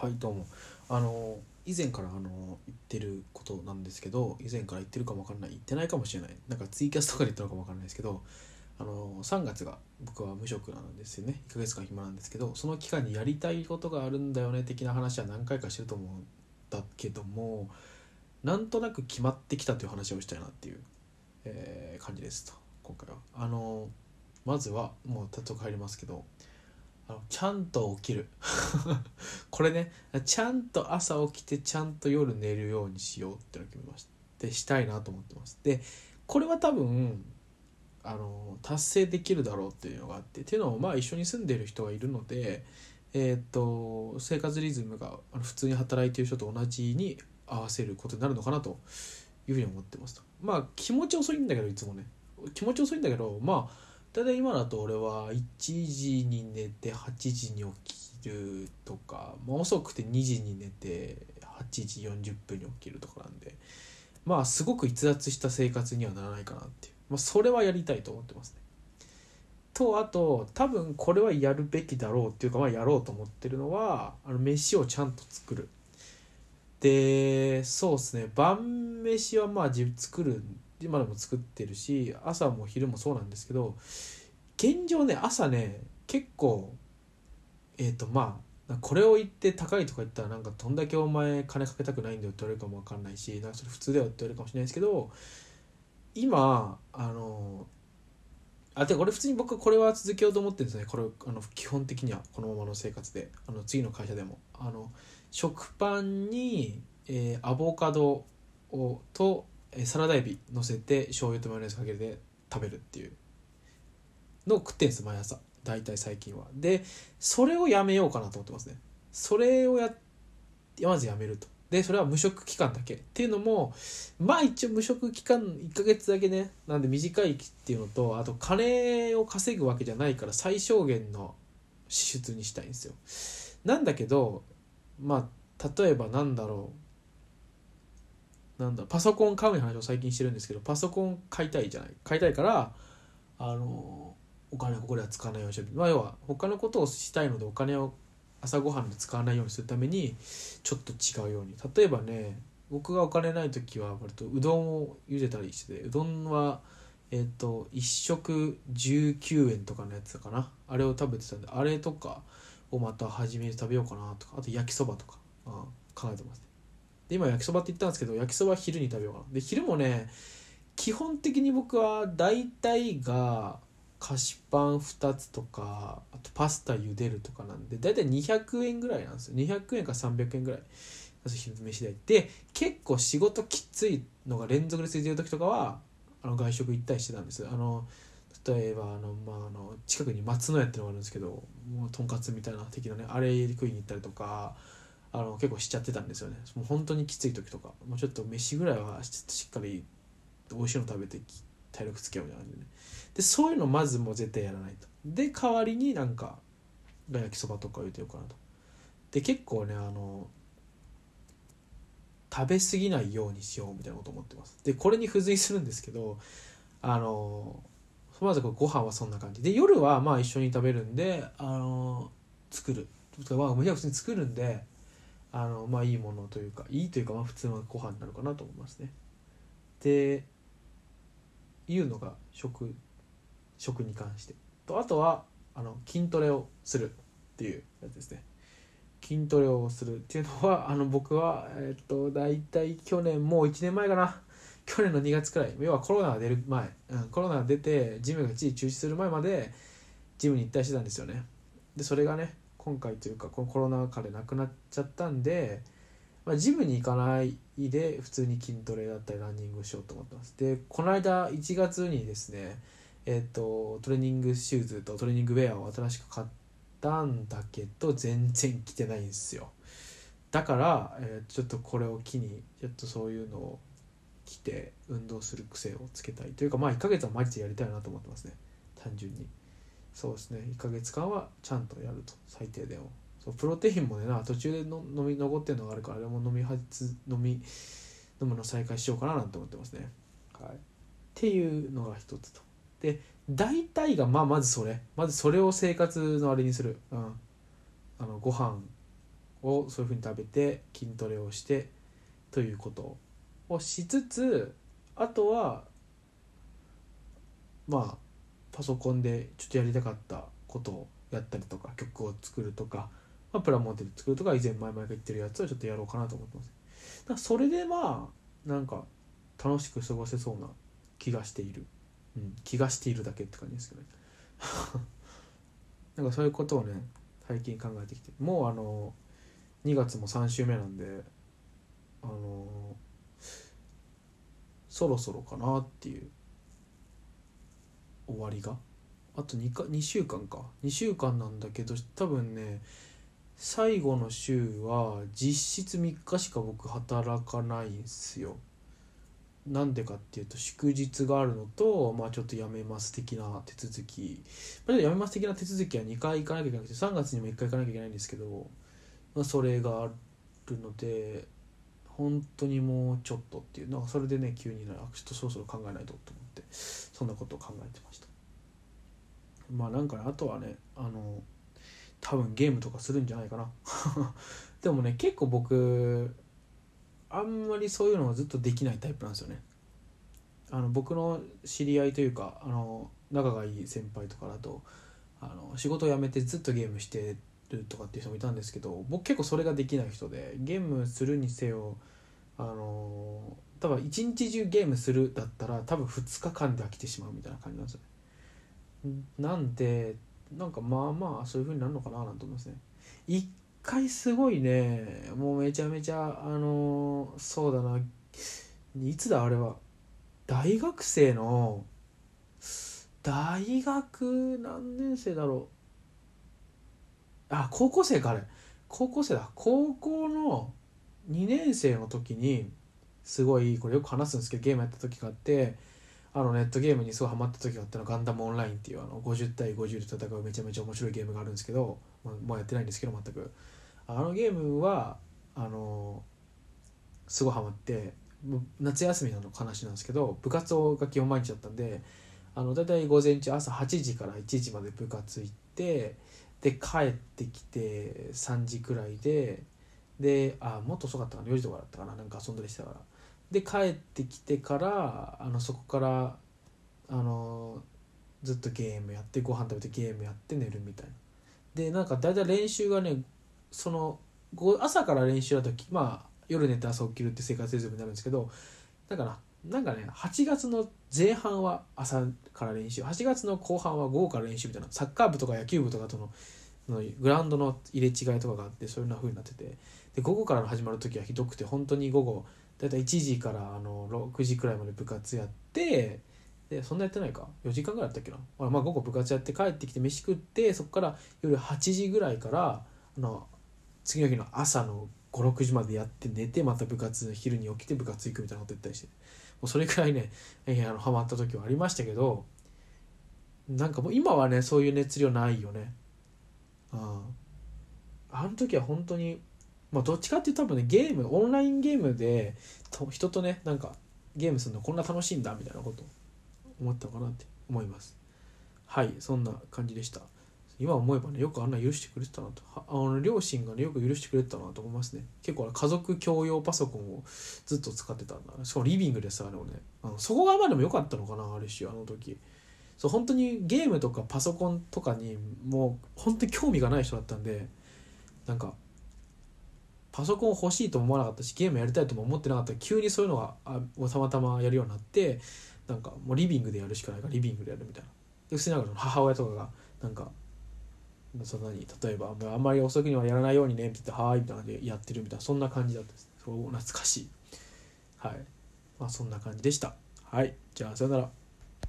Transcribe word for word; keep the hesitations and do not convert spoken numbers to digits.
はい、どうも。あの以前からあの言ってることなんですけど、以前から言ってるかもわかんない、言ってないかもしれない、なんかツイキャスとかで言ったのかもわかんないですけど、あのさんがつが僕は無職なんですよね。いっかげつかん暇なんですけど、その期間にやりたいことがあるんだよね的な話は何回かしてると思うんだけども、なんとなく決まってきたという話をしたいなっていう、えー感じですと。今回はあのまずはもう早速入りますけど、あのちゃんと起きるこれね、ちゃんと朝起きてちゃんと夜寝るようにしようってのを決めました。でしたいなと思ってます。でこれは多分あの達成できるだろうっていうのがあって、っていうのもまあ一緒に住んでる人がいるので、えー、っと生活リズムがあの普通に働いてる人と同じに合わせることになるのかなというふうに思ってますと。まあ気持ち遅いんだけど、いつもね気持ち遅いんだけど、まあただ今だと俺はいちじに寝てはちじに起きるとか、まあ、遅くてにじに寝てはちじよんじゅっぷんに起きるとかなんで、まあすごく逸脱した生活にはならないかなっていう、まあ、それはやりたいと思ってますね。とあと多分これはやるべきだろうっていうか、まあやろうと思ってるのは、あの飯をちゃんと作る。でそうですね、晩飯はまあ自分作る、今でも作ってるし、朝も昼もそうなんですけど、現状ね朝ね結構えっ、ー、とまあこれを言って高いとか言ったらなんかどんだけお前金かけたくないんだよって言われるかも分かんないし、なんかそれ普通だよって言われるかもしれないですけど、今あのあでこれ普通に僕はこれは続けようと思ってるんですね。これあの基本的にはこのままの生活で、あの次の会社でもあの食パンに、えーアボカドをとえーサラダエビ乗せて醤油とマヨネーズかけて食べるっていうのを食ってんです毎朝、大体最近は。でそれをやめようかなと思ってますね。それをやまずやめると。でそれは無職期間だけっていうのも、まあ一応無職期間いっかげつだけねなんで短いっていうのと、あと金を稼ぐわけじゃないから最小限の支出にしたいんですよ。なんだけどまあ例えばなんだろうなんだパソコン買うの話を最近してるんですけど、パソコン買いたいじゃない買いたいからあのお金をここでは使わないようにしてる、まあ、要は他のことをしたいのでお金を朝ごはんで使わないようにするためにちょっと違うように、例えばね僕がお金ない時は割とうどんを茹でたりしてて、うどんはえっといっ食じゅうきゅうえんとかのやつかな、あれを食べてたんで、あれとかをまた初めに食べようかなとか、あと焼きそばとか、うん、考えてますね。で今焼きそばって言ったんですけど、焼きそばは昼に食べようかな。で昼もね基本的に僕は大体が菓子パンふたつとか、あとパスタ茹でるとかなんで、大体にひゃくえんぐらいなんですよ。にひゃくえんかさんびゃくえんぐらい昼飯代で、結構仕事きついのが連続で続いてる時とかはあの外食行ったりしてたんです。あの例えばあの、まあ、あの近くに松の屋ってのがあるんですけど、もうとんかつみたいな的なね、あれ食いに行ったりとかあの結構しちゃってたんですよね。もう本当にきつい時とかもうちょっと飯ぐらいはちょっとしっかり美味しいの食べて体力つけようみたいな感じでね。でそういうのまずもう絶対やらないと。で代わりになんか焼きそばとか入れてようかなと。で結構ねあの食べ過ぎないようにしようみたいなこと思ってます。でこれに付随するんですけど、あのまずご飯はそんな感じで、夜はまあ一緒に食べるんで、あの作るまあ普通に作るんで、あのまあいいものというかいいというかまあ普通のご飯になるかなと思いますね。でいうのが食食に関してと、あとはあの筋トレをするっていうやつですね。筋トレをするっていうのはあの僕はえっと大体去年もういちねんまえかな、去年のにがつくらい、要はコロナが出る前、うん、コロナが出てジムが一時中止する前までジムに行ったりしてたんですよね。でそれがね今回というかこのコロナ禍でなくなっちゃったんで、まあ、ジムに行かないで普通に筋トレだったりランニングをしようと思ってます。でこの間いちがつにですねえっとトレーニングシューズとトレーニングウェアを新しく買ったんだけど全然着てないんですよ。だから、えー、ちょっとこれを機にちょっとそういうのを着て運動する癖をつけたいというか、まあいっかげつは毎日やりたいなと思ってますね。単純にそうですね、いっかげつかんはちゃんとやると。最低でもそうプロテインもねな途中での飲み残ってるのがあるから、あれも飲みはつ飲み飲むの再開しようかななんて思ってますね。はい、っていうのが一つと。で大体がまあまずそれまずそれを生活のあれにする、うん、あのご飯をそういう風に食べて筋トレをしてということをしつつ、あとはまあパソコンでちょっとやりたかったことをやったりとか、曲を作るとか、まあ、プラモデル作るとか、以前前々から言ってるやつをちょっとやろうかなと思ってます。だからそれでまあなんか楽しく過ごせそうな気がしている、うん、気がしているだけって感じですけどねなんかそういうことをね最近考えてきて、もうあのにがつもさん週目なんで、あのそろそろかなっていう、終わりがあと 2, かにしゅうかんかにしゅうかんなんだけど、多分ね最後の週は実質みっかしか僕働かないんすよ。なんでかっていうと祝日があるのと、まあちょっと辞めます的な手続き、まあ、辞めます的な手続きはにかい行かなきゃいけなくて、さんがつにもいっかい行かなきゃいけないんですけど、まあ、それがあるので本当にもうちょっとっていう、なんかそれでね急にねちょっとそろそろ考えないとと思ってそんなことを考えてました。まあなんかね、あとはねあの多分ゲームとかするんじゃないかなでもね結構僕あんまりそういうのをずっとできないタイプなんですよね。あの僕の知り合いというか、あの仲がいい先輩とかだと、あの仕事を辞めてずっとゲームしてるとかっていう人もいたんですけど、僕結構それができない人で、ゲームするにせよあの多分一日中ゲームするだったら多分ふつかかんで飽きてしまうみたいな感じなんですよね。なんでなんかまあまあそういう風になるのかななんて思いますね。一回すごいね、もうめちゃめちゃあのそうだな、いつだあれは、大学生の大学何年生だろう、あ高校生か、あれ高校生だ、高校のにねん生の時にすごいこれよく話すんですけど、ゲームやった時があって、あのネットゲームにすごいハマった時があったのガンダムオンラインっていう、あのごじゅうたいごじゅうで戦うめちゃめちゃ面白いゲームがあるんですけど、もうもうやってないんですけど全く。あのゲームはあのすごいハマって、夏休みの話なんですけど、部活が基本毎日だったんで、あのだいたい午前中朝はちじからいちじまで部活行って、で帰ってきてさんじくらいで、であもっと遅かったかな、よじとかだったかな、なんか遊んだりしてたから、で帰ってきてからあのそこからあのずっとゲームやって、ご飯食べてゲームやって寝るみたいな。でなんかだいたい練習がね、その朝から練習だとまあ夜寝て朝起きるって生活リズムになるんですけど、だからなんかねはちがつの前半は朝から練習、はちがつの後半は午後から練習みたいな、サッカー部とか野球部とかとののグラウンドの入れ違いとかがあって、そういう風になってて、で午後からの始まる時はひどくて、本当に午後だいたいいちじからあのろくじくらいまで部活やって、でそんなやってないかよじかんぐらいやったっけな、まあ午後部活やって帰ってきて飯食って、そこから夜はちじぐらいからあの次の日の朝のごろくじまでやって寝て、また部活昼に起きて部活行くみたいなこと言ったりして、もうそれくらいね、えー、あのハマった時はありましたけど、なんかもう今はねそういう熱量ないよね。ああの時は本当に、まあどっちかっていうと多分ねゲームオンラインゲームでと人とねなんかゲームするのこんな楽しいんだみたいなこと思ったかなって思います。はい、そんな感じでした。今思えばねよくあんな許してくれてたなと、あの両親がねよく許してくれてたなと思いますね。結構家族共用パソコンをずっと使ってたんだ、しかもリビングでさ、あのねあのそこがまでも良かったのかな、ある種あの時。そう本当にゲームとかパソコンとかにもう本当に興味がない人だったんで、なんかパソコン欲しいとも思わなかったし、ゲームやりたいとも思ってなかったら、急にそういうのがあたまたまやるようになって、なんかもうリビングでやるしかないからリビングでやるみたいな。で普通になんか母親とかがなんかそんなに例えばあんまり遅くにはやらないようにねって言ってはーいみたいな感じでやってるみたいな、そんな感じだったです。そう懐かしい。はい、まあそんな感じでした。はい、じゃあさよなら。